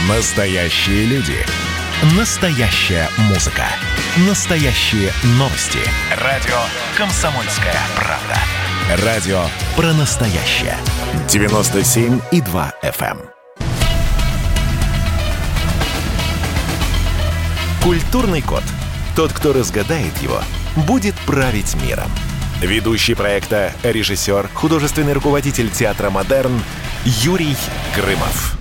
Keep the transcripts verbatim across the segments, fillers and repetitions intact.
Настоящие люди. Настоящая музыка. Настоящие новости. Радио «Комсомольская правда». Радио про настоящее. девяносто семь и два эф эм. Культурный код. Тот, кто разгадает его, будет править миром. Ведущий проекта, режиссер, художественный руководитель театра «Модерн» Юрий Грымов.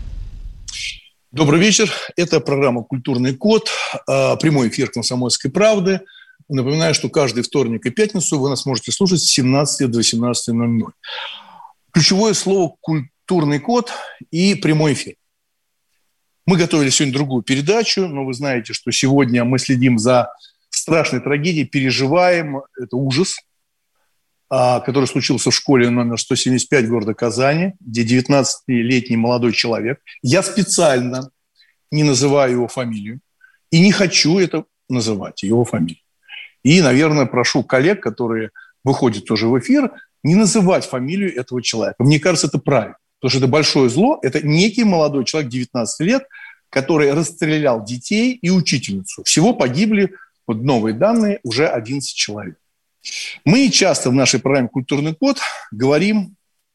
Добрый вечер. Это программа «Культурный код», прямой эфир «Комсомольской правды». Напоминаю, что каждый вторник и пятницу вы нас можете слушать с семнадцати до восемнадцати ноль ноль. Ключевое слово «культурный код» и прямой эфир. Мы готовили сегодня другую передачу, но вы знаете, что сегодня мы следим за страшной трагедией, переживаем. Это ужас, который случился в школе номер сто семьдесят пять города Казани, где девятнадцатилетний молодой человек. Я специально не называю его фамилию и не хочу это называть, его фамилию. И, наверное, прошу коллег, которые выходят тоже в эфир, не называть фамилию этого человека. Мне кажется, это правильно, потому что это большое зло. Это некий молодой человек, девятнадцати лет, который расстрелял детей и учительницу. Всего погибли, вот новые данные, уже одиннадцать человек. Мы часто в нашей программе «Культурный код» говорим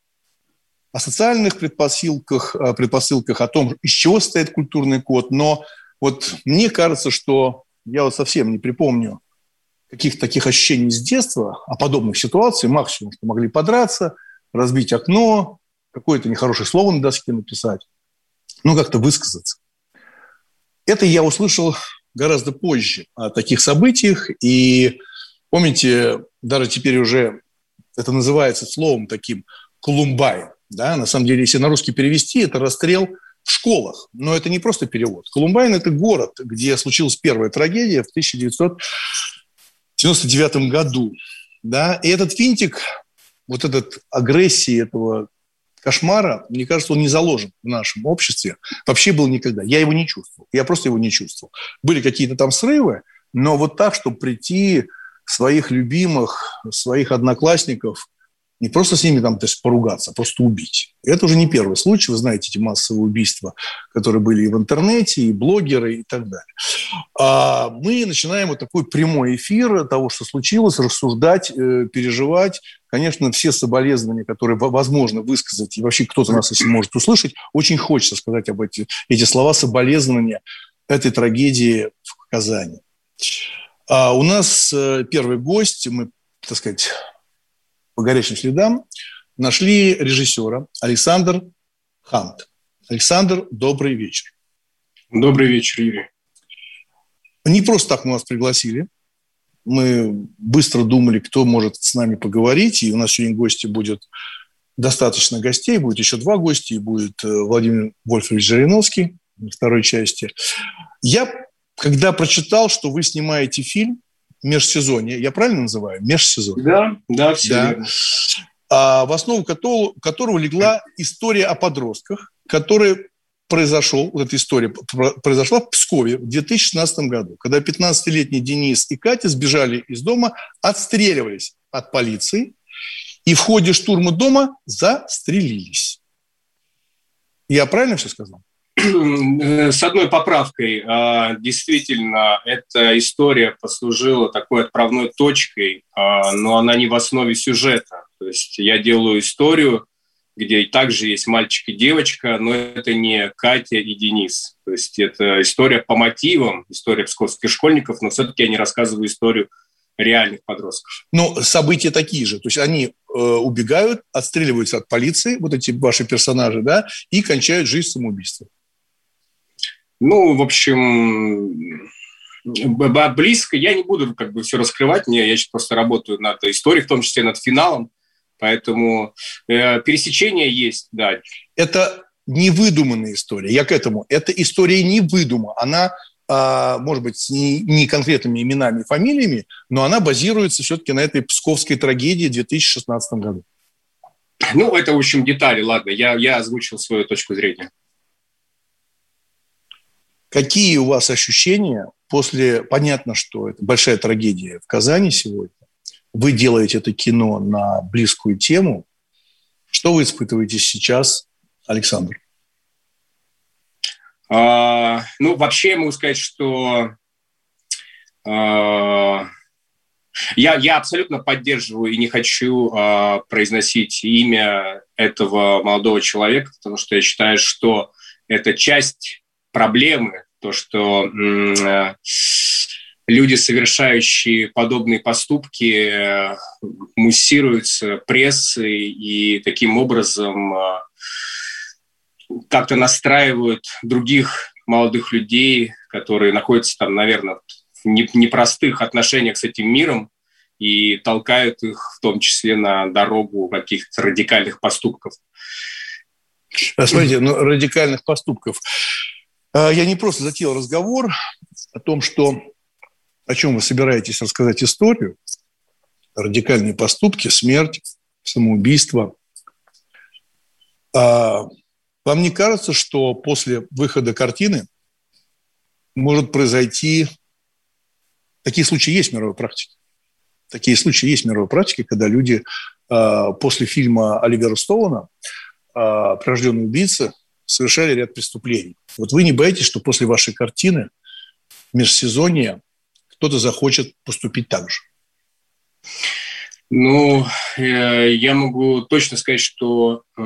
о социальных предпосылках, предпосылках, о том, из чего состоит культурный код. Но вот мне кажется, что я вот совсем не припомню каких-то таких ощущений с детства, о подобных ситуациях. Максимум, что могли подраться, разбить окно, какое-то нехорошее слово на доске написать, ну, как-то высказаться. Это я услышал гораздо позже о таких событиях. И помните, даже теперь уже это называется словом таким «Колумбайн». Да? На самом деле, если на русский перевести, это расстрел в школах. Но это не просто перевод. Колумбайн – это город, где случилась первая трагедия в тысяча девятьсот девяносто девятом году. Да? И этот винтик, вот этот агрессии этого кошмара, мне кажется, он не заложен в нашем обществе. Вообще был никогда. Я его не чувствовал. Я просто его не чувствовал. Были какие-то там срывы, но вот так, чтобы прийти своих любимых, своих одноклассников, не просто с ними там, то есть, поругаться, а просто убить. Это уже не первый случай. Вы знаете эти массовые убийства, которые были и в интернете, и блогеры, и так далее. А мы начинаем вот такой прямой эфир того, что случилось, рассуждать, переживать. Конечно, все соболезнования, которые возможно высказать, и вообще кто-то нас, если может услышать, очень хочется сказать об эти, эти слова соболезнования этой трагедии в Казани. А у нас первый гость, мы, так сказать, по горячим следам нашли режиссера Александр Хант. Александр, добрый вечер. Добрый вечер, Юрий. Не просто так мы вас пригласили. Мы быстро думали, кто может с нами поговорить. И у нас сегодня гости будет достаточно гостей. Будет еще два гостя. И будет Владимир Вольфович Жириновский во второй части. Я, когда прочитал, что вы снимаете фильм «Межсезонье», я правильно называю? «Межсезонье». Да, да, все да. верно. А в основу которого, которого легла история о подростках, которая произошел, вот эта история произошла в Пскове в две тысячи шестнадцатом году, когда пятнадцатилетний Денис и Катя сбежали из дома, отстреливались от полиции и в ходе штурма дома застрелились. Я правильно все сказал? С одной поправкой. Действительно, эта история послужила такой отправной точкой, но она не в основе сюжета. То есть я делаю историю, где также есть мальчик и девочка, но это не Катя и Денис. То есть это история по мотивам, история псковских школьников, но все-таки я не рассказываю историю реальных подростков. Но события такие же. То есть они э, убегают, отстреливаются от полиции, вот эти ваши персонажи, да, и кончают жизнь самоубийством. Ну, в общем, близко. Я не буду как бы все раскрывать. Не, я сейчас просто работаю над историей, в том числе над финалом. Поэтому э, пересечение есть, да. Это невыдуманная история. Я к этому. Эта история не выдумана. Она, э, может быть, не, не конкретными именами и фамилиями, но она базируется все-таки на этой псковской трагедии в две тысячи шестнадцатом году. Ну, это, в общем, детали. Ладно, я, я озвучил свою точку зрения. Какие у вас ощущения после... Понятно, что это большая трагедия в Казани сегодня. Вы делаете это кино на близкую тему. Что вы испытываете сейчас, Александр? А, ну, вообще, я могу сказать, что а, я, я абсолютно поддерживаю и не хочу а, произносить имя этого молодого человека, потому что я считаю, что это часть проблемы, то, что м- люди, совершающие подобные поступки, муссируются прессой и таким образом как-то настраивают других молодых людей, которые находятся там, наверное, в непростых отношениях с этим миром, и толкают их в том числе на дорогу каких-то радикальных поступков. Смотрите, ну, радикальных поступков. Я не просто затеял разговор о том, что о чем вы собираетесь рассказать историю, радикальные поступки, смерть, самоубийство. А вам не кажется, что после выхода картины может произойти... Такие случаи есть в мировой практике. Такие случаи есть в мировой практике, когда люди а, после фильма Оливера Стоуна а, «Прирожденный убийца» совершали ряд преступлений. Вот вы не боитесь, что после вашей картины в межсезонье кто-то захочет поступить так же? Ну, я могу точно сказать, что э,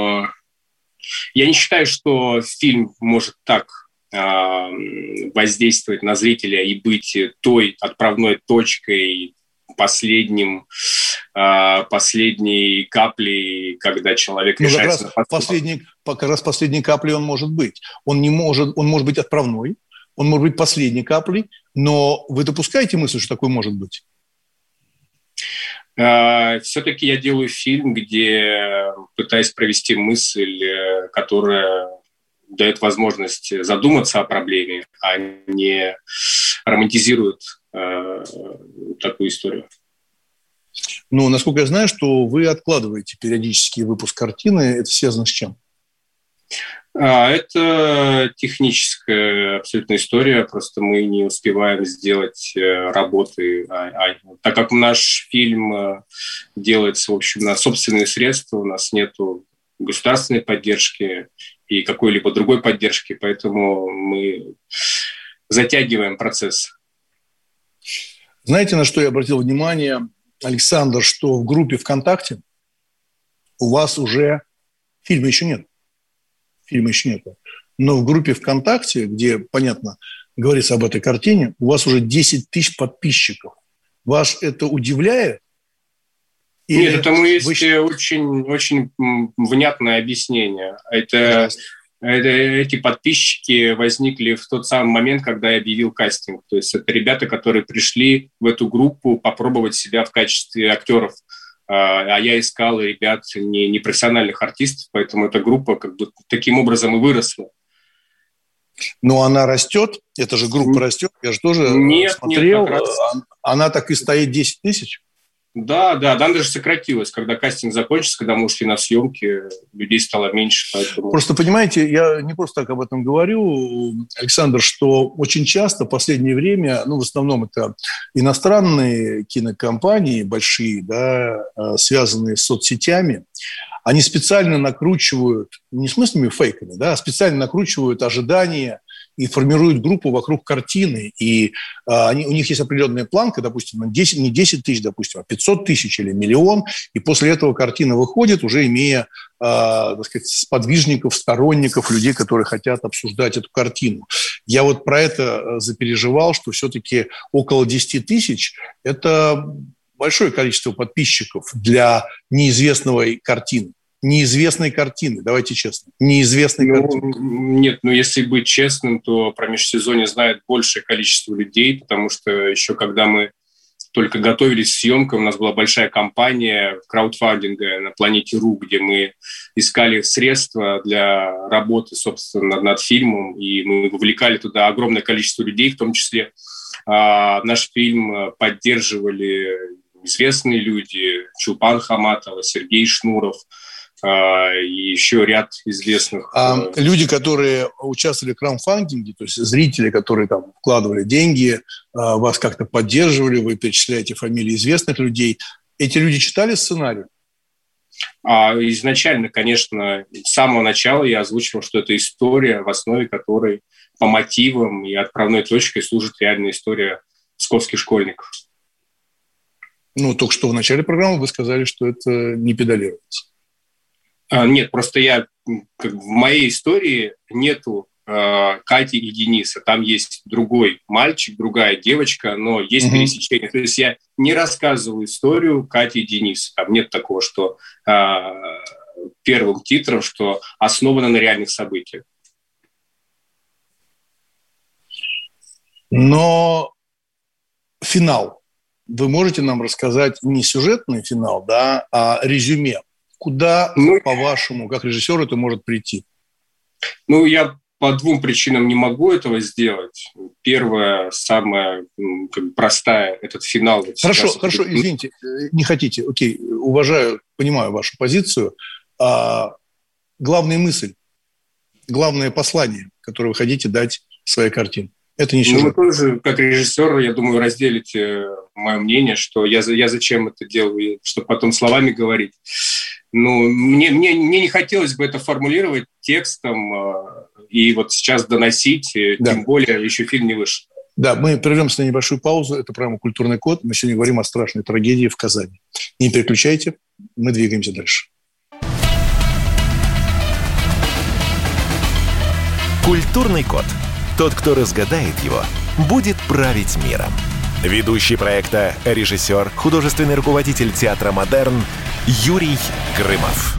я не считаю, что фильм может так э, воздействовать на зрителя и быть той отправной точкой, последним, э, последней каплей, когда человек ну, решается как раз на последний, как раз последней каплей он может быть. Он не может, он может быть отправной, он может быть последней каплей, но вы допускаете мысль, что такое может быть? Все-таки я делаю фильм, где пытаюсь провести мысль, которая дает возможность задуматься о проблеме, а не романтизирует э, такую историю. Ну, насколько я знаю, что вы откладываете периодический выпуск картины. Это связано с чем? Это техническая абсолютно история, просто мы не успеваем сделать работы. Так как наш фильм делается, в общем, на собственные средства, у нас нету государственной поддержки и какой-либо другой поддержки, поэтому мы затягиваем процесс. Знаете, на что я обратил внимание, Александр, что в группе ВКонтакте у вас уже фильма еще нет. Фильма еще нет. Но в группе ВКонтакте, где, понятно, говорится об этой картине, у вас уже десять тысяч подписчиков. Вас это удивляет? Или Нет, этому есть вы... очень, очень внятное объяснение. Это, это, эти подписчики возникли в тот самый момент, когда я объявил кастинг. То есть это ребята, которые пришли в эту группу попробовать себя в качестве актеров. А я искал ребят, не, не профессиональных артистов, поэтому эта группа как бы таким образом и выросла. Но она растет, эта же группа растет, я же тоже нет, смотрел, нет, она так и стоит десять тысяч. Да, да, да, она даже сократилась. Когда кастинг закончился, когда мы ушли на съемки, людей стало меньше. Поэтому... Просто, понимаете, я не просто так об этом говорю, Александр, что очень часто в последнее время, ну, в основном это иностранные кинокомпании большие, да, связанные с соцсетями, они специально накручивают, не смыслами фейками, да, а специально накручивают ожидания и формируют группу вокруг картины. И а, они, у них есть определенная планка, допустим, десять, не десять тысяч, допустим, а пятьсот тысяч или миллион. И после этого картина выходит, уже имея, а, так сказать, сподвижников, сторонников, людей, которые хотят обсуждать эту картину. Я вот про это запереживал, что все-таки около десять тысяч – это большое количество подписчиков для неизвестной картины. Неизвестной картины, давайте честно. Неизвестной ну, картины. Нет, ну если быть честным, то про межсезонье знает большее количество людей, потому что еще когда мы только готовились к съемкам, у нас была большая кампания краудфандинга на Планете.ру, где мы искали средства для работы, собственно, над фильмом, и мы вовлекали туда огромное количество людей, в том числе а, наш фильм поддерживали известные люди, Чулпан Хаматова, Сергей Шнуров, и еще ряд известных. А люди, которые участвовали в краудфандинге, то есть зрители, которые там вкладывали деньги, вас как-то поддерживали, вы перечисляете фамилии известных людей, эти люди читали сценарий? А изначально, конечно, с самого начала я озвучивал, что это история, в основе которой по мотивам и отправной точкой служит реальная история псковских школьников. Ну, только что в начале программы вы сказали, что это не педалируется. А, нет, просто я, как в моей истории нету э, Кати и Дениса. Там есть другой мальчик, другая девочка, но есть угу. пересечение. То есть я не рассказываю историю Кати и Дениса. Там нет такого, что э, первым титром, что основано на реальных событиях. Но финал. Вы можете нам рассказать не сюжетный финал, да, а резюме. Куда, ну, по-вашему, как режиссер, это может прийти? Ну, я по двум причинам не могу этого сделать. Первая, самая как бы простая, этот финал. Вот хорошо, хорошо, будет... извините, не хотите. Окей, уважаю, понимаю вашу позицию. А, главная мысль, главное послание, которое вы хотите дать в своей картине. Это не сюжет. Ну, вы тоже, как режиссер, я думаю, разделите мое мнение, что я, я зачем это делаю, чтобы потом словами говорить. Ну, мне, мне, мне не хотелось бы это формулировать текстом и вот сейчас доносить, да. Тем более еще фильм не вышел. Да, мы прервемся на небольшую паузу. Это программа «Культурный код». Мы сегодня говорим о страшной трагедии в Казани. Не переключайте, мы двигаемся дальше. «Культурный код». Тот, кто разгадает его, будет править миром. Ведущий проекта, режиссер, художественный руководитель театра «Модерн» Юрий Грымов.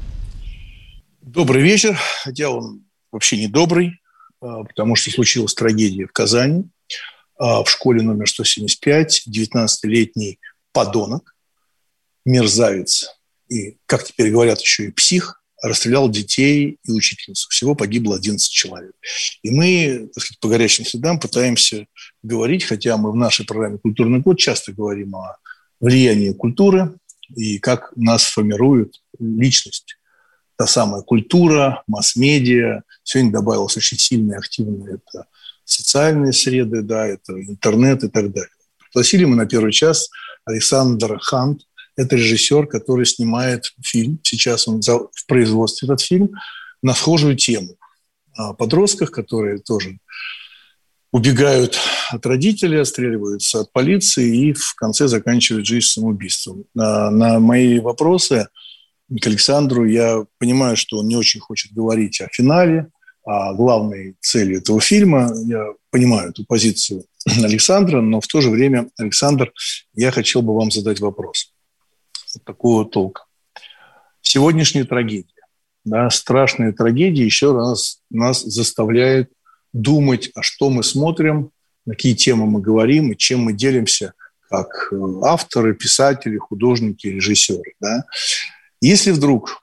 Добрый вечер, хотя он вообще не добрый, потому что случилась трагедия в Казани. В школе номер сто семьдесят пять девятнадцатилетний подонок, мерзавец и, как теперь говорят, еще и псих, расстрелял детей и учительницу. Всего погибло одиннадцать человек. И мы, так сказать, по горячим следам пытаемся говорить, хотя мы в нашей программе «Культурный код» часто говорим о влиянии культуры и как нас формирует личность. Та самая культура, масс-медиа. Сегодня добавилось очень сильно и активно это социальные среды, да, это интернет и так далее. Пригласили мы на первый час Александра Хант. Это режиссер, который снимает фильм. Сейчас он в производстве этот фильм на схожую тему. О подростках, которые тоже убегают от родителей, отстреливаются от полиции и в конце заканчивают жизнь самоубийством. На, на мои вопросы к Александру я понимаю, что он не очень хочет говорить о финале, о главной цели этого фильма. Я понимаю эту позицию Александра, но в то же время, Александр, я хотел бы вам задать вопрос. Вот такого толка. Сегодняшняя трагедия, да, страшная трагедия еще раз нас заставляет думать, а что мы смотрим, на какие темы мы говорим и чем мы делимся как авторы, писатели, художники, режиссеры. Да. Если вдруг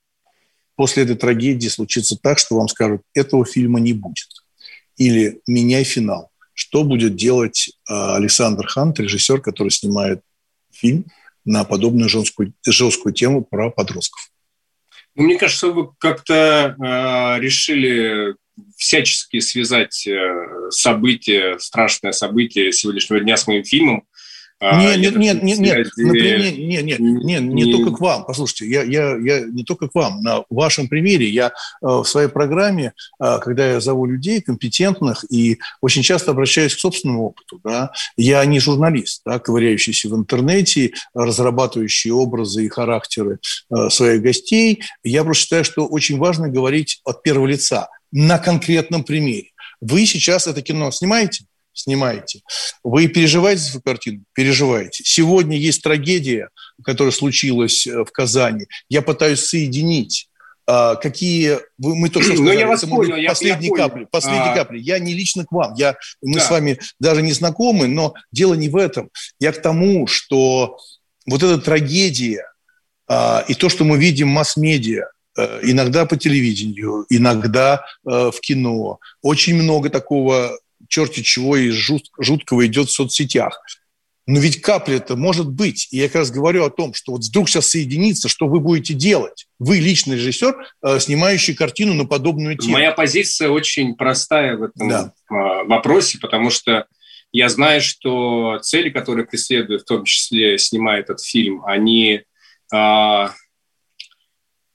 после этой трагедии случится так, что вам скажут, этого фильма не будет, или меняй финал, что будет делать Александр Хант, режиссер, который снимает фильм на подобную жесткую, жесткую тему про подростков? Ну, мне кажется, вы как-то э, решили всячески связать э, события, страшное событие сегодняшнего дня с моим фильмом. Нет, нет, нет, нет, нет, например, нет, нет, нет, нет, не, не только к вам. Послушайте, я, я, я не только к вам. На вашем примере я э, в своей программе, э, когда я зову людей компетентных и очень часто обращаюсь к собственному опыту, да, я не журналист, да, ковыряющийся в интернете, разрабатывающий образы и характеры э, своих гостей. Я просто считаю, что очень важно говорить от первого лица на конкретном примере. Вы сейчас это кино снимаете? Снимаете. Вы переживаете свою картину? Переживаете. Сегодня есть трагедия, которая случилась в Казани. Я пытаюсь соединить, какие... Мы только что сказали, я вас это понял, последней я, я капли. Последней а... капли. Я не лично к вам. Я, мы да. с вами даже не знакомы, но дело не в этом. Я к тому, что вот эта трагедия и то, что мы видим в масс-медиа, иногда по телевидению, иногда в кино, очень много такого... черти чего и жуткого идет в соцсетях. Но ведь капля-то может быть. И я как раз говорю о том, что вот вдруг сейчас соединится, что вы будете делать. Вы личный режиссер, снимающий картину на подобную тему. Моя позиция очень простая в этом да. вопросе, потому что я знаю, что цели, которые преследуют, в том числе снимая этот фильм, они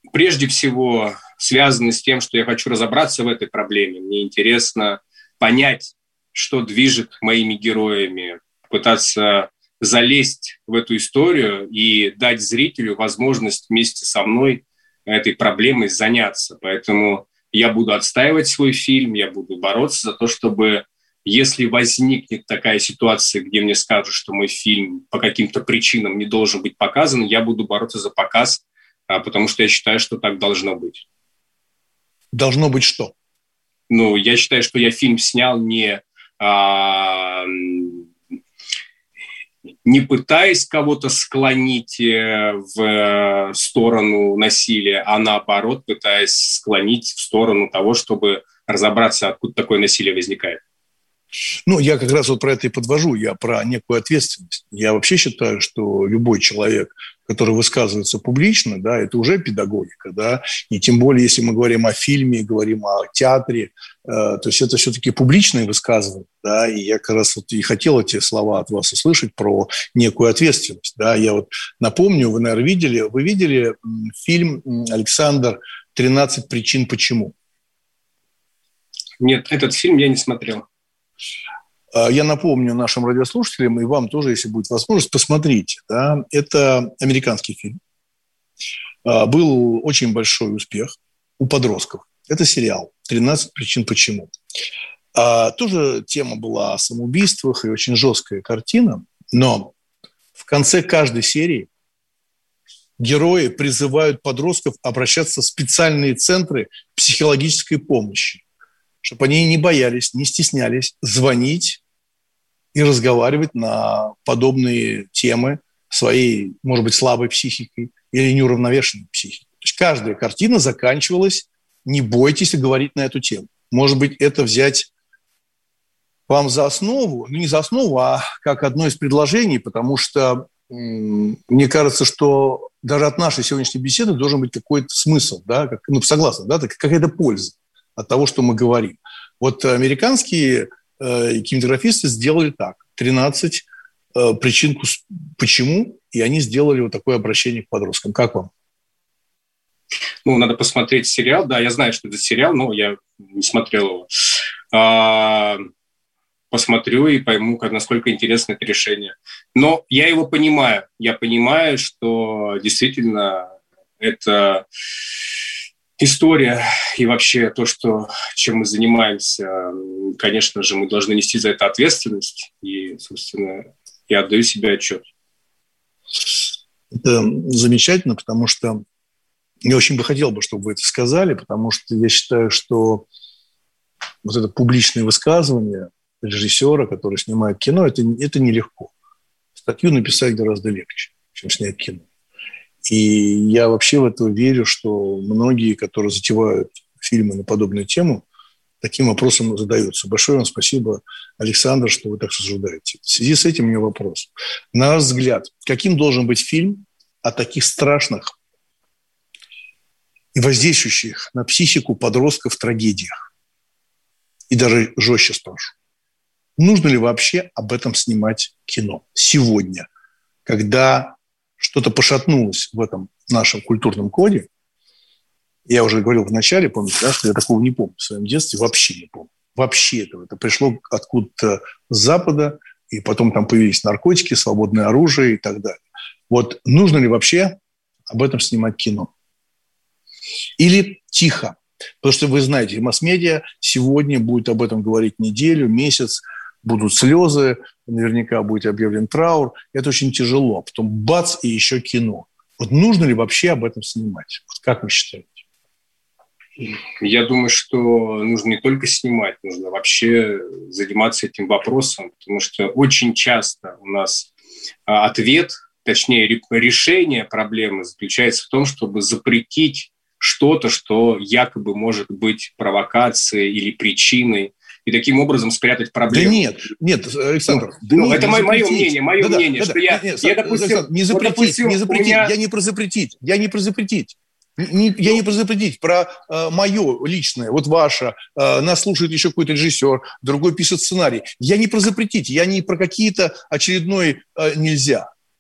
прежде всего связаны с тем, что я хочу разобраться в этой проблеме. Мне интересно понять, что движет моими героями, пытаться залезть в эту историю и дать зрителю возможность вместе со мной этой проблемой заняться. Поэтому я буду отстаивать свой фильм, я буду бороться за то, чтобы, если возникнет такая ситуация, где мне скажут, что мой фильм по каким-то причинам не должен быть показан, я буду бороться за показ, потому что я считаю, что так должно быть. Должно быть что? Ну, я считаю, что я фильм снял не... А, не пытаясь кого-то склонить в сторону насилия, а наоборот пытаясь склонить в сторону того, чтобы разобраться, откуда такое насилие возникает. Ну, я как раз вот про это и подвожу, я про некую ответственность. Я вообще считаю, что любой человек, который высказывается публично, да, это уже педагогика, да, и тем более, если мы говорим о фильме, говорим о театре, э, то есть это все-таки публичное высказывание, да, и я как раз вот и хотел эти слова от вас услышать про некую ответственность, да. Я вот напомню, вы, наверное, видели, вы видели фильм «Александр. тринадцать причин почему»? Нет, этот фильм я не смотрел. Я напомню нашим радиослушателям, и вам тоже, если будет возможность, посмотрите. Да? Это американский фильм. Был очень большой успех у подростков. Это сериал «тринадцать причин почему». Тоже тема была о самоубийствах и очень жесткая картина, но в конце каждой серии герои призывают подростков обращаться в специальные центры психологической помощи, чтобы они не боялись, не стеснялись звонить и разговаривать на подобные темы своей, может быть, слабой психикой или неуравновешенной психикой. То есть каждая картина заканчивалась «не бойтесь говорить на эту тему». Может быть, это взять вам за основу, ну не за основу, а как одно из предложений, потому что м- мне кажется, что даже от нашей сегодняшней беседы должен быть какой-то смысл, да, как, ну, согласны, да, какая-то польза от того, что мы говорим. Вот американские э, кинематографисты сделали так. тринадцать э, причин почему, и они сделали вот такое обращение к подросткам. Как вам? Ну, надо посмотреть сериал. Да, я знаю, что это сериал, но я не смотрел его. А, посмотрю и пойму, как, насколько интересно это решение. Но я его понимаю. Я понимаю, что действительно это... история и вообще то, что, чем мы занимаемся, конечно же, мы должны нести за это ответственность. И, собственно, я отдаю себе отчет. Это замечательно, потому что я очень бы хотел, бы, чтобы вы это сказали, потому что я считаю, что вот это публичное высказывание режиссера, который снимает кино, это, это нелегко. Статью написать гораздо легче, чем снять кино. И я вообще в это верю, что многие, которые затевают фильмы на подобную тему, таким вопросом задаются. Большое вам спасибо, Александр, что вы так рассуждаете. В связи с этим у меня вопрос. На ваш взгляд, каким должен быть фильм о таких страшных и воздействующих на психику подростков трагедиях? И даже жестче спрошу. Нужно ли вообще об этом снимать кино сегодня, когда что-то пошатнулось в этом нашем культурном коде? Я уже говорил в начале, помните, да, что я такого не помню в своем детстве, вообще не помню. Вообще этого. Это пришло откуда-то с Запада, и потом там появились наркотики, свободное оружие и так далее. Вот нужно ли вообще об этом снимать кино? Или тихо? Потому что вы знаете, масс-медиа сегодня будет об этом говорить неделю, месяц, будут слезы, наверняка будет объявлен траур. Это очень тяжело. Потом бац, и еще кино. Вот нужно ли вообще об этом снимать? Вот как вы считаете? Я думаю, что нужно не только снимать, нужно вообще заниматься этим вопросом, потому что очень часто у нас ответ, точнее решение проблемы заключается в том, чтобы запретить что-то, что якобы может быть провокацией или причиной, и таким образом спрятать проблему. Да нет, нет, Александр. Ну, да ну, нет, это мое, мое мнение, мое да, мнение, да, что да, я, нет, я, допустим... Александр, не запретить, вот, допустим, не запретить, меня... я не про запретить, я не про запретить. Не, я не про запретить, про э, мое личное, вот ваше, э, нас слушает еще какой-то режиссер, другой пишет сценарий. Я не про запретить, я не про какие-то очередной э, нельзя.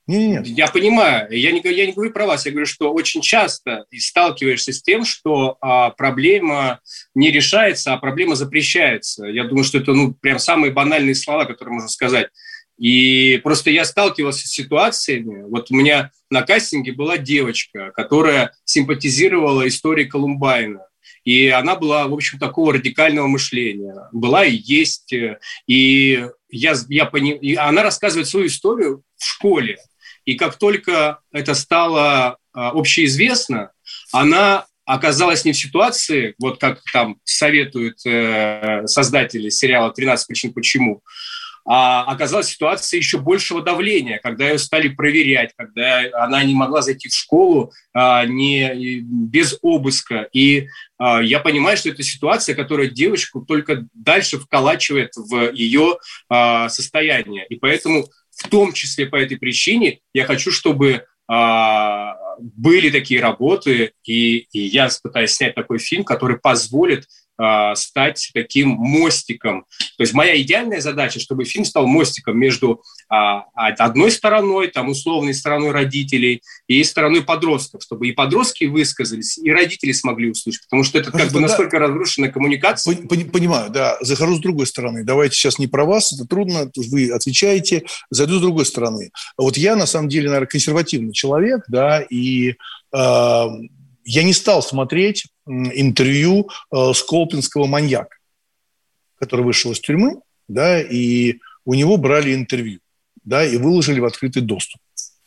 Нет. Я понимаю, я не, я не говорю про вас, я говорю, что очень часто сталкиваешься с тем, что а, проблема не решается, а проблема запрещается. Я думаю, что это ну, прям самые банальные слова, которые можно сказать. И просто я сталкивался с ситуациями. Вот у меня на кастинге была девочка, которая симпатизировала истории Колумбайна. И она была, в общем, такого радикального мышления. Была и есть. И, я, я пони... и она рассказывает свою историю в школе. И как только это стало а, общеизвестно, она оказалась не в ситуации, вот как там советуют э, создатели сериала «тринадцать причин почему», а оказалась в ситуации еще большего давления, когда ее стали проверять, когда она не могла зайти в школу а, не, без обыска. И а, я понимаю, что это ситуация, которая девочку только дальше вколачивает в ее а, состояние. И поэтому в том числе по этой причине я хочу, чтобы а, были такие работы, и, и я пытаюсь снять такой фильм, который позволит стать таким мостиком. То есть моя идеальная задача, чтобы фильм стал мостиком между а, одной стороной, там, условной стороной родителей и стороной подростков, чтобы и подростки высказались, и родители смогли услышать, потому что это как бы настолько разрушенная коммуникация. Понимаю, да. Захожу с другой стороны. Давайте сейчас не про вас, это трудно, вы отвечаете. Зайду с другой стороны. Вот я, на самом деле, наверное, консервативный человек, да, и э, я не стал смотреть интервью э, сколпинского маньяка, который вышел из тюрьмы, да, и у него брали интервью, да, и выложили в открытый доступ.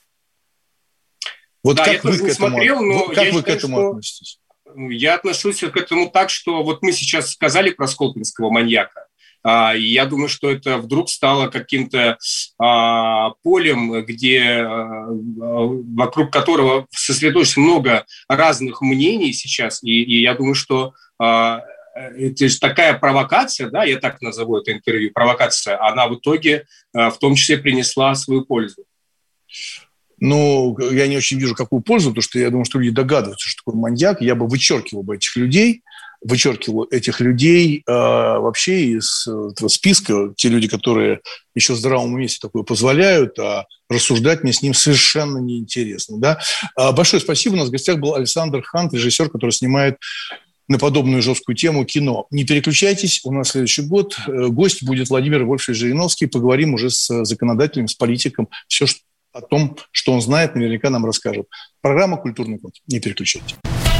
Вот да, как вы к этому, смотрел, но как вы считаю, к этому относитесь? Я отношусь к этому так, что вот мы сейчас сказали про сколпинского маньяка, а, и я думаю, что это вдруг стало каким-то а, полем, где, а, вокруг которого сосредоточено много разных мнений сейчас, и, и я думаю, что а, это же такая провокация, да, я так назову это интервью, провокация, она в итоге а, в том числе принесла свою пользу. Ну, я не очень вижу, какую пользу, потому что я думаю, что люди догадываются, что такой маньяк. Я бы вычеркивал бы этих людей, вычеркивал этих людей э, вообще из этого списка. Те люди, которые еще в здравом уме себе такое позволяют, а рассуждать мне с ним совершенно неинтересно. Да? А, большое спасибо. У нас в гостях был Александр Хант, режиссер, который снимает на подобную жесткую тему кино. Не переключайтесь, у нас следующий год. Гость будет Владимир Вольфович Жириновский. Поговорим уже с законодателем, с политиком. Все, что о том, что он знает, наверняка нам расскажет. Программа «Культурный код». Не переключайте.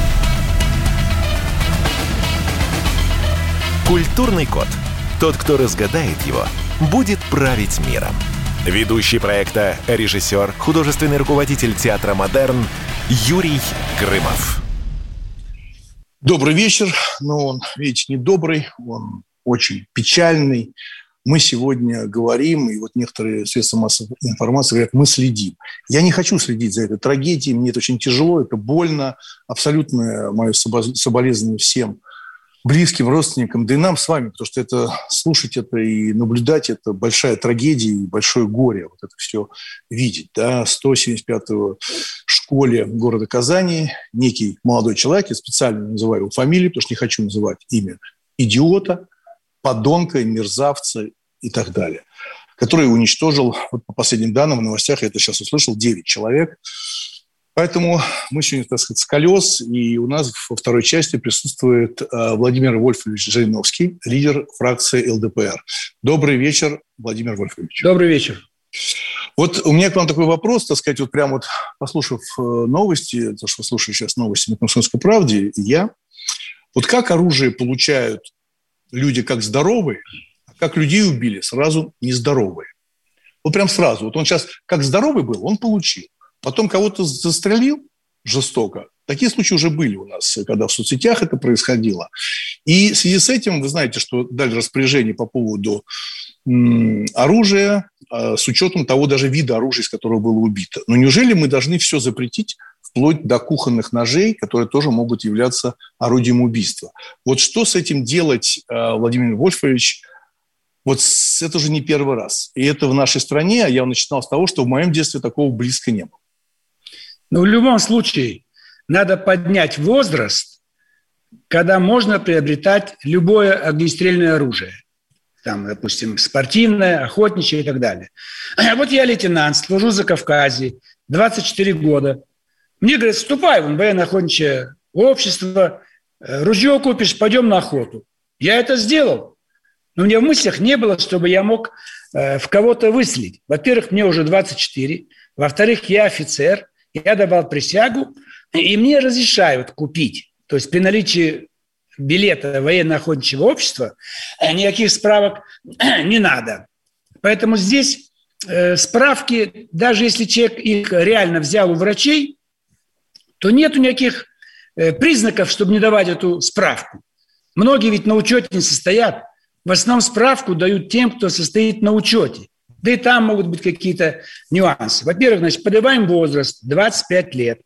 «Культурный код». Тот, кто разгадает его, будет править миром. Ведущий проекта, режиссер, художественный руководитель театра «Модерн» Юрий Грымов. Добрый вечер. Но он, видите, не добрый, он очень печальный. Мы сегодня говорим, и вот некоторые средства массовой информации говорят, мы следим. Я не хочу следить за этой трагедией, мне это очень тяжело, это больно. Абсолютное мое соболезнование всем близким, родственникам, да и нам с вами, потому что это слушать это и наблюдать, это большая трагедия и большое горе, вот это все видеть. Да? сто семьдесят пятой школе города Казани некий молодой человек, я специально называю его фамилию, потому что не хочу называть имя идиота, подонка, мерзавца и так далее, который уничтожил, вот по последним данным в новостях, я это сейчас услышал, девять человек. Поэтому мы сегодня, так сказать, с колес, и у нас во второй части присутствует Владимир Вольфович Жириновский, лидер фракции эл дэ пэ эр. Добрый вечер, Владимир Вольфович. Добрый вечер. Вот у меня к вам такой вопрос, так сказать, вот прямо вот послушав новости, то, что слушаю сейчас новости на «Комсомольской правде», и я, вот как оружие получают люди как здоровые, а как людей убили сразу нездоровые. Вот прям сразу. Вот он сейчас как здоровый был, он получил. Потом кого-то застрелил жестоко. Такие случаи уже были у нас, когда в соцсетях это происходило. И в связи с этим, вы знаете, что дали распоряжение по поводу м, оружия, э, с учетом того даже вида оружия, из которого было убито. Но неужели мы должны все запретить, вплоть до кухонных ножей, которые тоже могут являться орудием убийства? Вот что с этим делать, э, Владимир Вольфович? Вот это уже не первый раз. И это в нашей стране, а я начинал с того, что в моем детстве такого близко не было. Но в любом случае надо поднять возраст, когда можно приобретать любое огнестрельное оружие. там, допустим, спортивная, охотничья и так далее. Вот я лейтенант, служу в Закавказье, двадцать четыре года. Мне говорят, вступай в военно-охотничье общество, ружье купишь, пойдем на охоту. Я это сделал. Но у меня в мыслях не было, чтобы я мог э, в кого-то выстрелить. Во-первых, мне уже двадцать четыре. Во-вторых, я офицер. Я давал присягу. И мне разрешают купить. То есть при наличии билета военно-охотничьего общества никаких справок не надо. Поэтому здесь э, справки, даже если человек их реально взял у врачей, то нету никаких э, признаков, чтобы не давать эту справку. Многие ведь на учете не состоят. В основном справку дают тем, кто состоит на учете. Да и там могут быть какие-то нюансы. Во-первых, значит, подаваем возраст двадцать пять лет.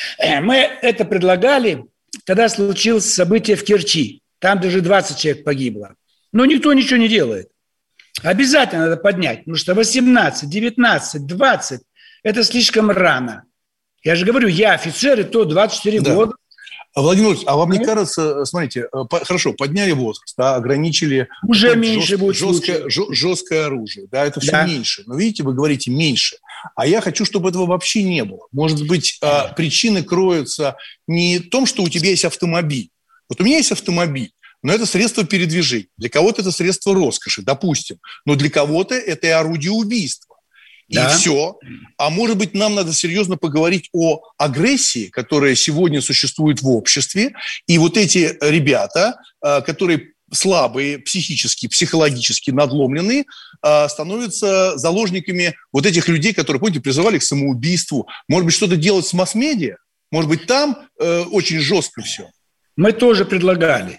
Мы это предлагали, когда случилось событие в Керчи. Там даже двадцать человек погибло. Но никто ничего не делает. Обязательно надо поднять, потому что восемнадцать, девятнадцать, двадцать – это слишком рано. Я же говорю, я офицер, и то двадцать четыре да. года. Владимир Владимирович, а вам не кажется, смотрите, по, хорошо, подняли возраст, да, ограничили... Уже меньше жест, будет жесткое, жесткое оружие, да, это все да. меньше. Но видите, вы говорите меньше. А я хочу, чтобы этого вообще не было. Может быть, да. причины кроются не в том, что у тебя есть автомобиль. Вот у меня есть автомобиль, но это средство передвижения. Для кого-то это средство роскоши, допустим. Но для кого-то это и орудие убийства. И да. все. А может быть, нам надо серьезно поговорить о агрессии, которая сегодня существует в обществе. И вот эти ребята, которые слабые, психически, психологически надломленные, становятся заложниками вот этих людей, которые, помните, призывали к самоубийству. Может быть, что-то делать с масс-медиа? Может быть, там очень жестко все? Мы тоже предлагали.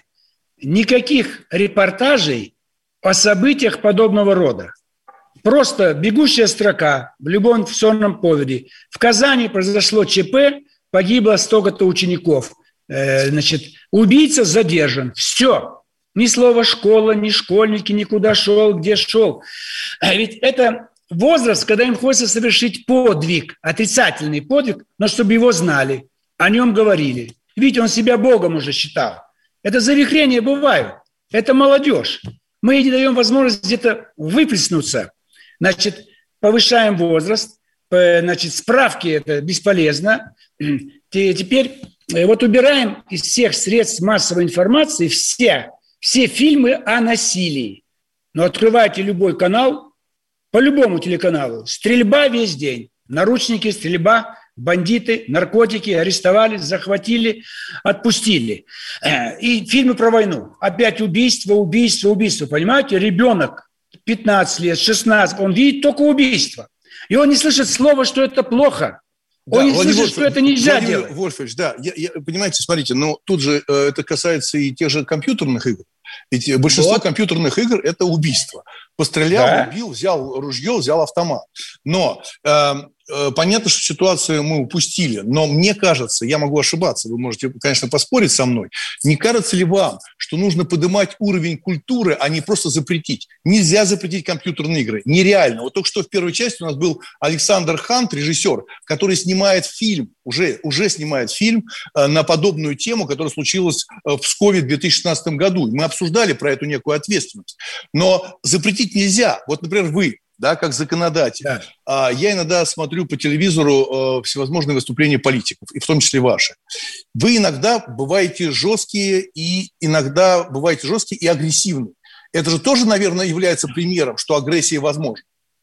Никаких репортажей о событиях подобного рода. Просто бегущая строка в любом информационном поводе. В Казани произошло ЧП, погибло столько-то учеников. Э, значит, убийца задержан. Все. Ни слова школа, ни школьники, никуда шел, где шел. А ведь это возраст, когда им хочется совершить подвиг, отрицательный подвиг, но чтобы его знали, о нем говорили. Видите, он себя Богом уже считал. Это завихрения бывают. Это молодежь. Мы ей даем возможность где-то выплеснуться. Значит, повышаем возраст, значит, справки это бесполезно. Теперь вот убираем из всех средств массовой информации все, все фильмы о насилии. Но открывайте любой канал, по любому телеканалу, стрельба весь день, наручники, стрельба, бандиты, наркотики, арестовали, захватили, отпустили. И фильмы про войну. Опять убийство, убийство, убийство. Понимаете, ребенок пятнадцать лет, шестнадцать, он видит только убийство. И он не слышит слова, что это плохо. Он да, не Владимир слышит, что это нельзя Владимир делать. Вольфович, да, я, я, понимаете, смотрите, но тут же э, это касается и тех же компьютерных игр. Ведь большинство вот. компьютерных игр – это убийство. Пострелял, да. убил, взял ружье, взял автомат. Но э, э, понятно, что ситуацию мы упустили. Но мне кажется, я могу ошибаться, вы можете, конечно, поспорить со мной. Не кажется ли вам, что нужно поднимать уровень культуры, а не просто запретить? Нельзя запретить компьютерные игры. Нереально. Вот только что в первой части у нас был Александр Хант, режиссер, который снимает фильм, уже, уже снимает фильм э, на подобную тему, которая случилась э, в Пскове в две тысячи шестнадцатом году. Мы обсуждали про эту некую ответственность. Но запретить нельзя. Вот, например, вы, да, как законодатель. Да. А, я иногда смотрю по телевизору а, всевозможные выступления политиков, и в том числе ваши. Вы иногда бываете жесткие, и иногда бываете жесткие и агрессивные. Это же тоже, наверное, является примером, что агрессия возможна.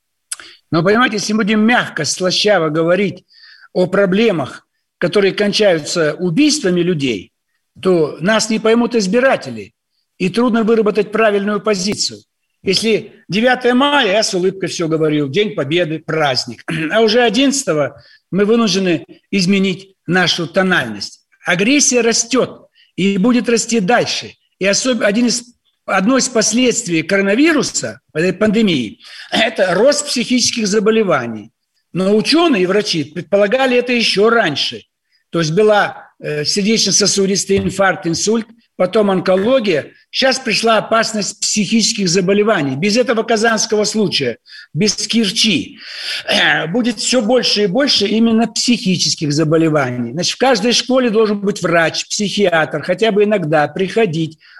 Но, понимаете, если будем мягко, слащаво говорить о проблемах, которые кончаются убийствами людей, то нас не поймут избиратели, и трудно выработать правильную позицию. Если девятое мая, я с улыбкой все говорю, День Победы, праздник. А уже одиннадцатого мы вынуждены изменить нашу тональность. Агрессия растет и будет расти дальше. И особенно один из, одно из последствий коронавируса, этой пандемии, это рост психических заболеваний. Но ученые и врачи предполагали это еще раньше. То есть была э, сердечно-сосудистый инфаркт, инсульт, потом онкология. Сейчас пришла опасность психических заболеваний. Без этого казанского случая, без Керчи, будет все больше и больше именно психических заболеваний. Значит, в каждой школе должен быть врач, психиатр, хотя бы иногда приходить,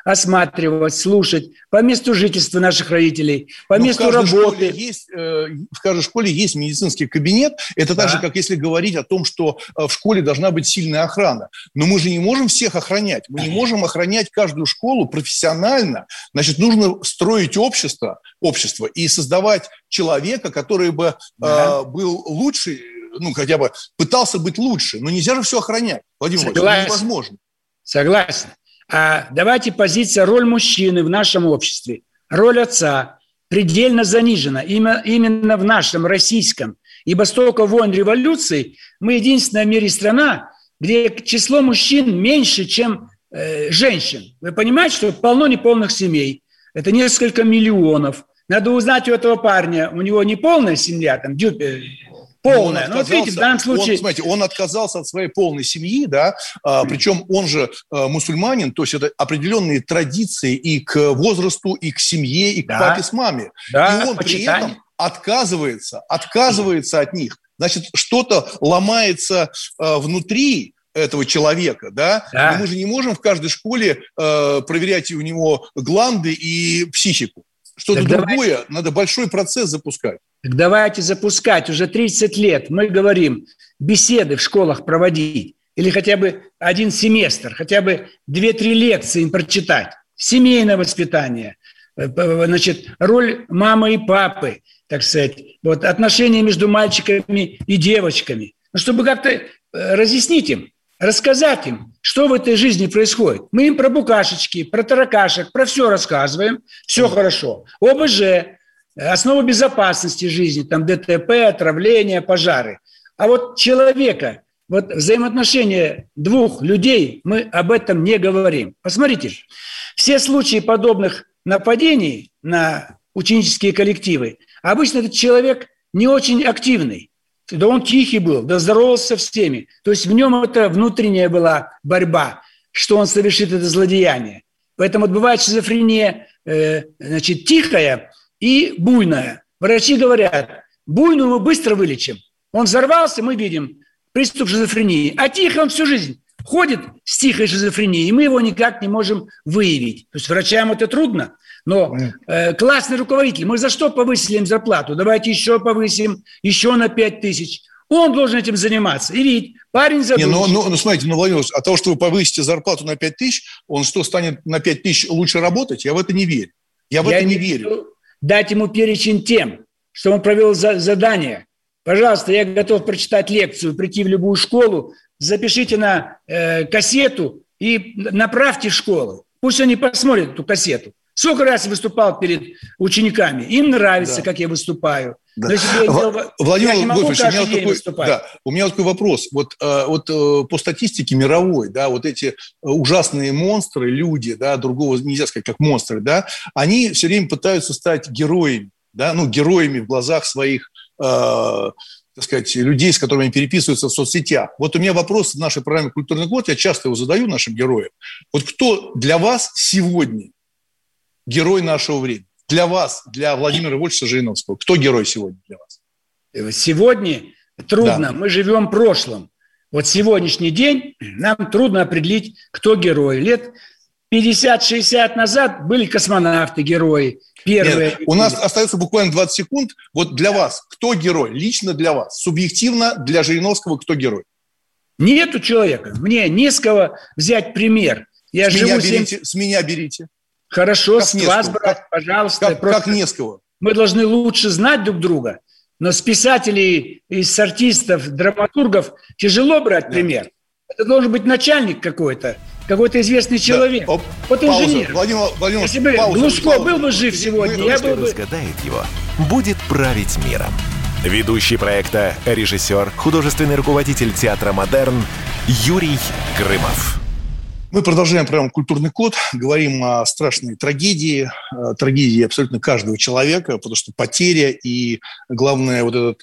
осматривать, слушать по месту жительства наших родителей, по Но месту в работы. Есть, э, в каждой школе есть медицинский кабинет. Это да. так же, как если говорить о том, что в школе должна быть сильная охрана. Но мы же не можем всех охранять. Мы не можем охранять каждую школу профессионально. Значит, нужно строить общество, общество и создавать человека, который бы да. э, был лучше, ну, хотя бы пытался быть лучше. Но нельзя же все охранять. Владимир Владимирович, это невозможно. Согласен. А давайте позиция, роль мужчины в нашем обществе, роль отца предельно занижена именно, именно в нашем российском. Ибо столько войн, революций, мы единственная в мире страна, где число мужчин меньше, чем э, женщин. Вы понимаете, что полно неполных семей. Это несколько миллионов. Надо узнать у этого парня, у него не полная семья, там, дюпе, полная. Ну, вот видите, в данном случае... Он, смотрите, он отказался от своей полной семьи, да, а, причем он же а, мусульманин, то есть это определенные традиции и к возрасту, и к семье, и к да. папе с мамой. Да, и он почитание. При этом отказывается, отказывается от них. Значит, что-то ломается а, внутри этого человека, да? да. Но мы же не можем в каждой школе а, проверять у него гланды и психику. Что-то так другое, давайте, надо большой процесс запускать. Так давайте запускать. Уже тридцать лет мы говорим, беседы в школах проводить. Или хотя бы один семестр, хотя бы две-три лекции им прочитать. Семейное воспитание, значит, роль мамы и папы, так сказать, вот, отношения между мальчиками и девочками. Ну, чтобы как-то разъяснить им, рассказать им, что в этой жизни происходит. Мы им про букашечки, про таракашек, про все рассказываем, все хорошо. ОБЖ, основа безопасности жизни, там ДТП, отравление, пожары. А вот человека, вот взаимоотношения двух людей, мы об этом не говорим. Посмотрите, все случаи подобных нападений на ученические коллективы, обычно этот человек не очень активный. Да он тихий был, да здоровался со всеми. То есть в нем это внутренняя была борьба, что он совершит это злодеяние. Поэтому бывает шизофрения, э, значит, тихая и буйная. Врачи говорят, буйную мы быстро вылечим. Он взорвался, мы видим приступ шизофрении. А тихо он всю жизнь ходит с тихой шизофренией, и мы его никак не можем выявить. То есть врачам это трудно. Но э, классный руководитель, мы за что повысили им зарплату? Давайте еще повысим, еще на пять тысяч. Он должен этим заниматься. И ведь парень задумчивый. Не, ну, ну, ну, смотрите, ну, Владимир, от того, что вы повысите зарплату на пять тысяч, он что, станет на пять тысяч лучше работать? Я в это не верю. Я в Я это не верю. Дать ему перечень тем, что он провел за, задание. Пожалуйста, я готов прочитать лекцию, прийти в любую школу, запишите на э, кассету и направьте в школу. Пусть они посмотрят эту кассету. Сколько раз я выступал перед учениками. Им нравится, да. как я выступаю. Да. Но если я делал, Владимир Вольфович, у меня, такой, да, у меня такой вопрос. Вот, э, вот э, по статистике мировой, да, вот эти ужасные монстры, люди, да, другого нельзя сказать, как монстры, да, они все время пытаются стать героями, да, ну, героями в глазах своих э, так сказать, людей, с которыми переписываются в соцсетях. Вот у меня вопрос в нашей программе «Культурный год», я часто его задаю нашим героям. Вот кто для вас сегодня герой нашего времени? Для вас, для Владимира Вольфовича Жириновского. Кто герой сегодня для вас? Сегодня трудно. Да. Мы живем в прошлом. Вот сегодняшний день нам трудно определить, кто герой. Лет пятьдесят-шестьдесят назад были космонавты-герои. Первые. Нет, у нас остается буквально двадцать секунд. Вот для вас кто герой? Лично для вас. Субъективно для Жириновского кто герой? Нету человека. Мне не с кого взять пример. Я с, живу меня берите, семь... с меня берите. Хорошо, как с вас брать, как, пожалуйста. Как, как не с кого? Мы должны лучше знать друг друга. Но с писателей, с артистов, драматургов тяжело брать да. пример. Это должен быть начальник какой-то, какой-то известный человек. Да. Вот инженер. Владимир, Владимир, Если бы пауза, Глушко пауза. был бы жив сегодня, я был бы... разгадает его, будет править миром. Ведущий проекта, режиссер, художественный руководитель театра «Модерн» Юрий Грымов. Мы продолжаем программу «Культурный код», говорим о страшной трагедии, трагедии абсолютно каждого человека, потому что потеря и, главное, вот этот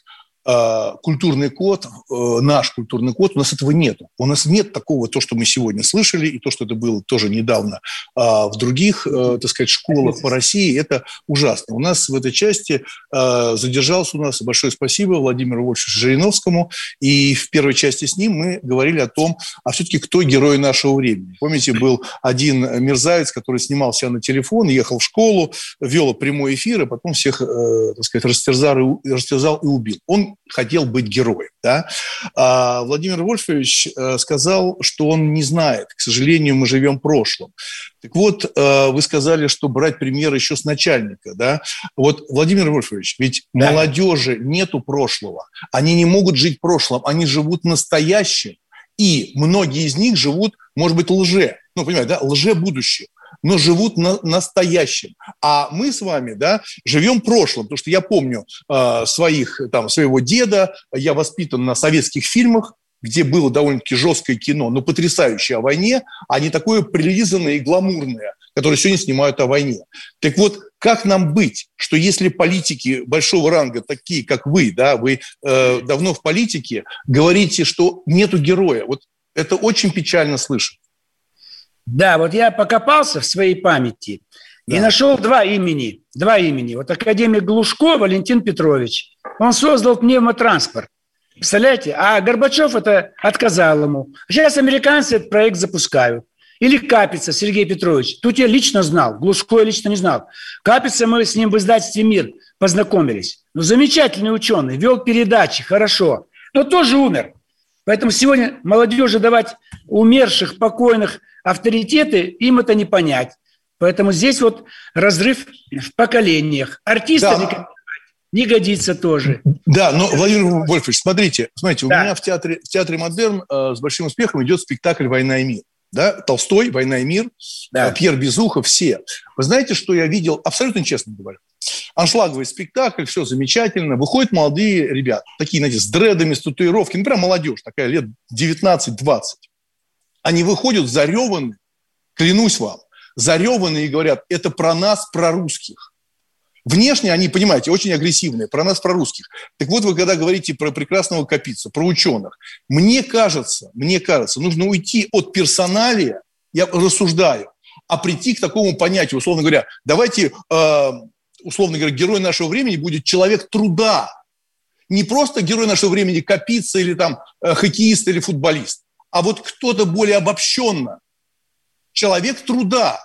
э, культурный код, э, наш культурный код, у нас этого нет. У нас нет такого, то, что мы сегодня слышали, и то, что это было тоже недавно э, в других, э, так сказать, школах по России, это ужасно. У нас в этой части э, задержался у нас, большое спасибо Владимиру Вольфовичу Жириновскому, и в первой части с ним мы говорили о том, а все-таки кто герой нашего времени. Помните, был один мерзавец, который снимал себя на телефон, ехал в школу, вел прямой эфир, и потом всех, э, так сказать, растерзал, растерзал и убил. Он хотел быть героем. Да? А Владимир Вольфович э, сказал, что он не знает. К сожалению, мы живем в прошлом. Так вот, э, вы сказали, что брать пример еще с начальника. Да? Вот, Владимир Вольфович, ведь да. молодежи нету прошлого. Они не могут жить в прошлом. Они живут настоящим. И многие из них живут, может быть, лже. Ну, понимаете, да, лже-будущее. Но живут на настоящем. А мы с вами, да, живем в прошлом. Потому что я помню э, своих, там, своего деда, я воспитан на советских фильмах, где было довольно-таки жесткое кино, но потрясающее о войне, а не такое прилизанное и гламурное, которое сегодня снимают о войне. Так вот, как нам быть, что если политики большого ранга, такие как вы, да, вы э, давно в политике, говорите, что нету героя? Вот это очень печально слышать. Да, вот я покопался в своей памяти да. и нашел два имени. Два имени. Вот академик Глушко Валентин Петрович. Он создал пневмотранспорт. Представляете? А Горбачев это отказал ему. Сейчас американцы этот проект запускают. Или Капица Сергей Петрович. Тут я лично знал. Глушко я лично не знал. Капица, мы с ним в издательстве «Мир» познакомились. Ну, замечательный ученый. Вел передачи, хорошо. Но тоже умер. Поэтому сегодня молодежи давать умерших, покойных авторитеты, им это не понять. Поэтому здесь вот разрыв в поколениях. Артистов да. не годится тоже. Да, но, Владимир Вольфович, смотрите, смотрите, да. у меня в театре, в театре «Модерн» э, с большим успехом идет спектакль «Война и мир». Да? Толстой, «Война и мир», да. Пьер Безухов, все. Вы знаете, что я видел, абсолютно честно говорю, аншлаговый спектакль, все замечательно, выходят молодые ребята, такие, знаете, с дредами, с татуировками, ну, прям молодежь, такая лет девятнадцать-двадцать. Они выходят зареванные, клянусь вам, зареванные и говорят, это про нас, про русских. Внешне они, понимаете, очень агрессивные, про нас, про русских. Так вот, вы когда говорите про прекрасного Капицу, про ученых, мне кажется, мне кажется, нужно уйти от персоналия, я рассуждаю, а прийти к такому понятию, условно говоря, давайте, э, условно говоря, герой нашего времени будет человек труда. Не просто герой нашего времени Капица или там э, хоккеист или футболист, а вот кто-то более обобщенно. Человек труда.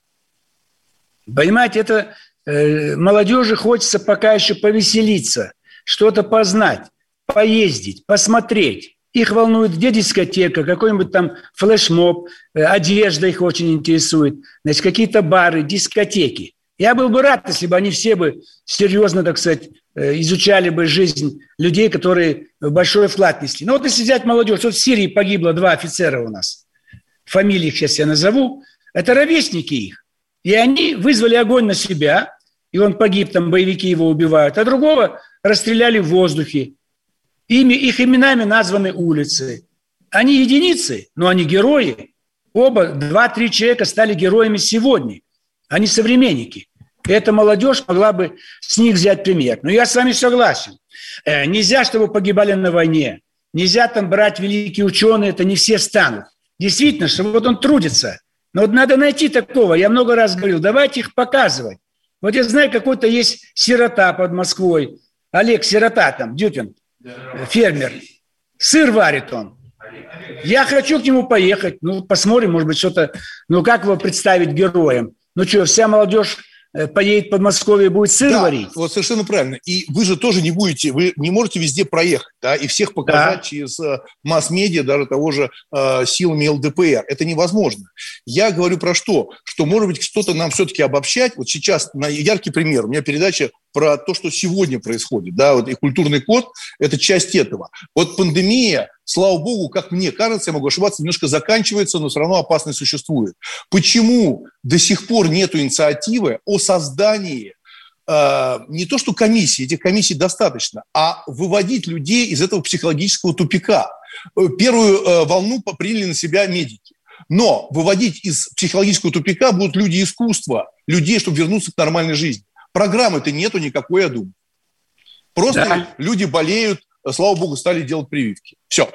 Понимаете, это э, молодежи хочется пока еще повеселиться, что-то познать, поездить, посмотреть. Их волнует, где дискотека, какой-нибудь там флешмоб, э, одежда их очень интересует, значит, какие-то бары, дискотеки. Я был бы рад, если бы они все бы серьезно, так сказать, изучали бы жизнь людей, которые большой вклад несли. Ну вот если взять молодежь, вот в Сирии погибло два офицера у нас, фамилии их сейчас я назову, это ровесники их. И они вызвали огонь на себя, и он погиб, там боевики его убивают, а другого расстреляли в воздухе. Ими, их именами названы улицы. Они единицы, но они герои. Оба, два-три человека стали героями сегодня. Они современники. И эта молодежь могла бы с них взять пример. Но я с вами согласен. Э, нельзя, чтобы погибали на войне. Нельзя там брать великие ученые, это не все станут. Действительно, что вот он трудится. Но вот надо найти такого. Я много раз говорил, давайте их показывать. Вот я знаю, какой-то есть сирота под Москвой. Олег Сирота там, Дютин, фермер. Сыр варит он. Я хочу к нему поехать. Ну, посмотрим, может быть, что-то... Ну, как его представить героем? Ну что, вся молодежь поедет в Подмосковье и будет сыр да, варить? Вот совершенно правильно. И вы же тоже не будете, вы не можете везде проехать, да, и всех показать да. через э, масс-медиа, даже того же э, силами эл дэ пэ эр. Это невозможно. Я говорю про что? Что, может быть, что-то нам все-таки обобщать. Вот сейчас яркий пример. У меня передача про то, что сегодня происходит, да, вот и культурный код – это часть этого. Вот пандемия, слава богу, как мне кажется, я могу ошибаться, немножко заканчивается, но все равно опасность существует. Почему до сих пор нет инициативы о создании э, не то что комиссии, этих комиссий достаточно, а выводить людей из этого психологического тупика? Первую э, волну приняли на себя медики. Но выводить из психологического тупика будут люди искусства, людей, чтобы вернуться к нормальной жизни. Программы-то нету никакой, я думаю. Просто да. люди болеют, слава богу, стали делать прививки. Все.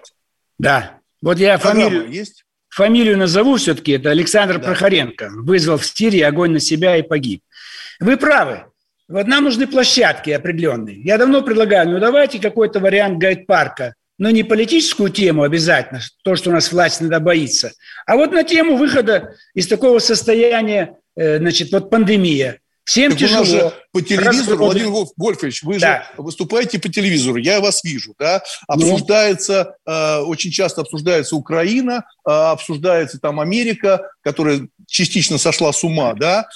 Да. Вот я фамилию, есть? фамилию назову все-таки. Это Александр Да. Прохоренко. Вызвал в Сирии огонь на себя и погиб. Вы правы. Вот нам нужны площадки определенные. Я давно предлагаю, ну давайте какой-то вариант гайд-парка. Но не политическую тему обязательно, то, что у нас власть иногда боится, а вот на тему выхода из такого состояния, значит, вот пандемия. Всем так тяжело. У нас же по телевизору, Разводы. Владимир Вольфович, вы да. же выступаете по телевизору, я вас вижу, да? Обсуждается, ну. э, очень часто обсуждается Украина, э, обсуждается там Америка, которая частично сошла с ума, да?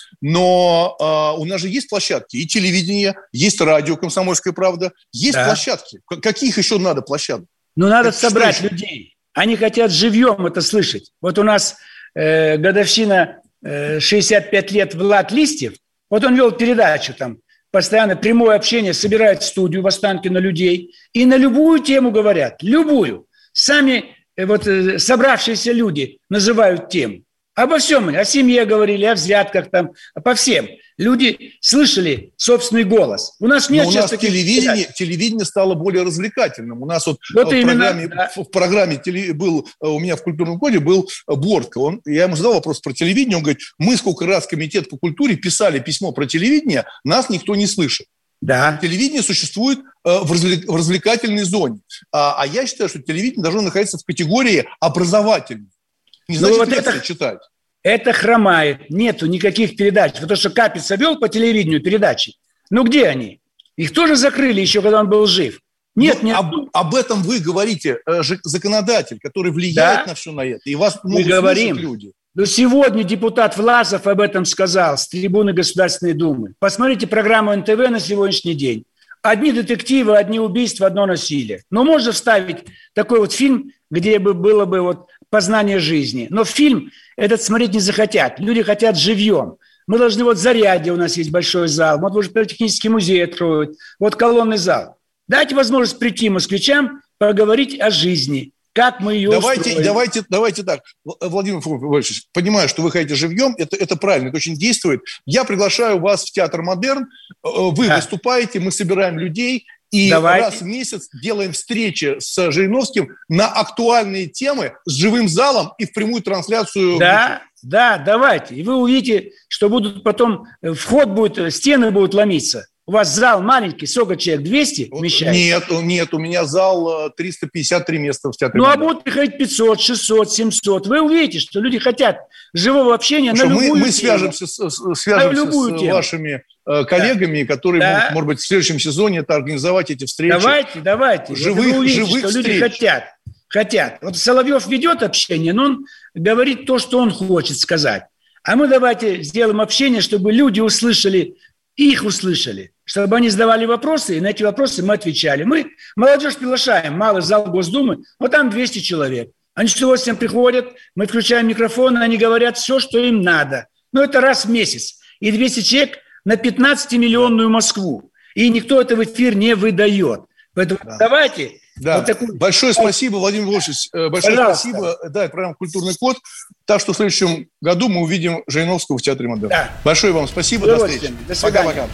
Но э, у нас же есть площадки, и телевидение, есть радио «Комсомольская правда», есть да. площадки. Каких еще надо площадок? Ну, надо это собрать людей. Они хотят живьем это слышать. Вот у нас э, годовщина э, шестьдесят пять лет Влад Листьев. Вот он вел передачу там, постоянно прямое общение, собирает студию в Останкино людей и на любую тему говорят, любую. Сами вот собравшиеся люди называют тему. Обо всем, о семье говорили, о взятках там, по всем. Люди слышали собственный голос. У нас нет у сейчас нас таких телевидение, телевидение стало более развлекательным. У нас вот, вот в, именно, программе, да. в программе теле, был, у меня в культурном коде был Бортко. Он, я ему задал вопрос про телевидение. Он говорит, мы сколько раз комитет по культуре писали письмо про телевидение, нас никто не слышит. Да. Телевидение существует э, в, развлек, в развлекательной зоне. А, а я считаю, что телевидение должно находиться в категории образовательной. Не значит, вот лекции это... читать. Это хромает. Нету никаких передач. Потому что Капица вел по телевидению передачи. Ну где они? Их тоже закрыли еще, когда он был жив. Нет, ну, нет. Об, об этом вы говорите, э, законодатель, который влияет да? на все на это. И вас мы говорим. Люди. Но сегодня депутат Власов об этом сказал с трибуны Государственной Думы. Посмотрите программу эн тэ вэ на сегодняшний день. Одни детективы, одни убийства, одно насилие. Но можно вставить такой вот фильм, где бы было бы вот познание жизни. Но фильм этот смотреть не захотят. Люди хотят живьем. Мы должны вот в Зарядье у нас есть большой зал. Вот уже политехнический музей откроют. Вот колонный зал. Дайте возможность прийти москвичам, поговорить о жизни. Как мы ее давайте, устроим. Давайте, давайте так. Владимир Вольфович, понимаю, что вы хотите живьем. Это, это правильно, это очень действует. Я приглашаю вас в Театр Модерн. Вы да. выступаете, мы собираем людей. И давайте. раз в месяц делаем встречи с Жириновским на актуальные темы с живым залом и в прямую трансляцию. Да, да, давайте. И вы увидите, что будут потом, вход будет, стены будут ломиться. У вас зал маленький, сколько человек, двести вмещает? Нет, нет, у меня зал триста пятьдесят три места в театре. Ну, а будут приходить пятьсот, шестьсот, семьсот. Вы увидите, что люди хотят живого общения на любую мы, мы тему. свяжемся, свяжемся с тему. вашими коллегами, да. которые да. могут, может быть, в следующем сезоне это организовать эти встречи. Давайте, давайте. Живых, вы увидите, живых что встреч. Люди хотят. Хотят. Вот Соловьев ведет общение, но он говорит то, что он хочет сказать. А мы давайте сделаем общение, чтобы люди услышали, их услышали, чтобы они задавали вопросы, и на эти вопросы мы отвечали. Мы молодежь приглашаем, малый зал Госдумы, вот там двести человек. Они с удовольствием приходят, мы включаем микрофон, они говорят все, что им надо. Но это раз в месяц. И двести человек на пятнадцатимиллионную Москву. И никто это в эфир не выдает. Поэтому да. давайте... Да. Вот такой... Большое спасибо, Владимир Владимирович. Большое Пожалуйста. спасибо. Да, это программа «Культурный код». Так что в следующем году мы увидим Жириновского в Театре Модерн. Да. Большое вам спасибо. До встречи. До свидания. Пока-пока.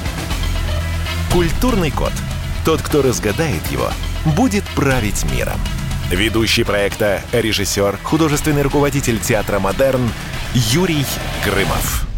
«Культурный код». Тот, кто разгадает его, будет править миром. Ведущий проекта, режиссер, художественный руководитель Театра Модерн Юрий Грымов.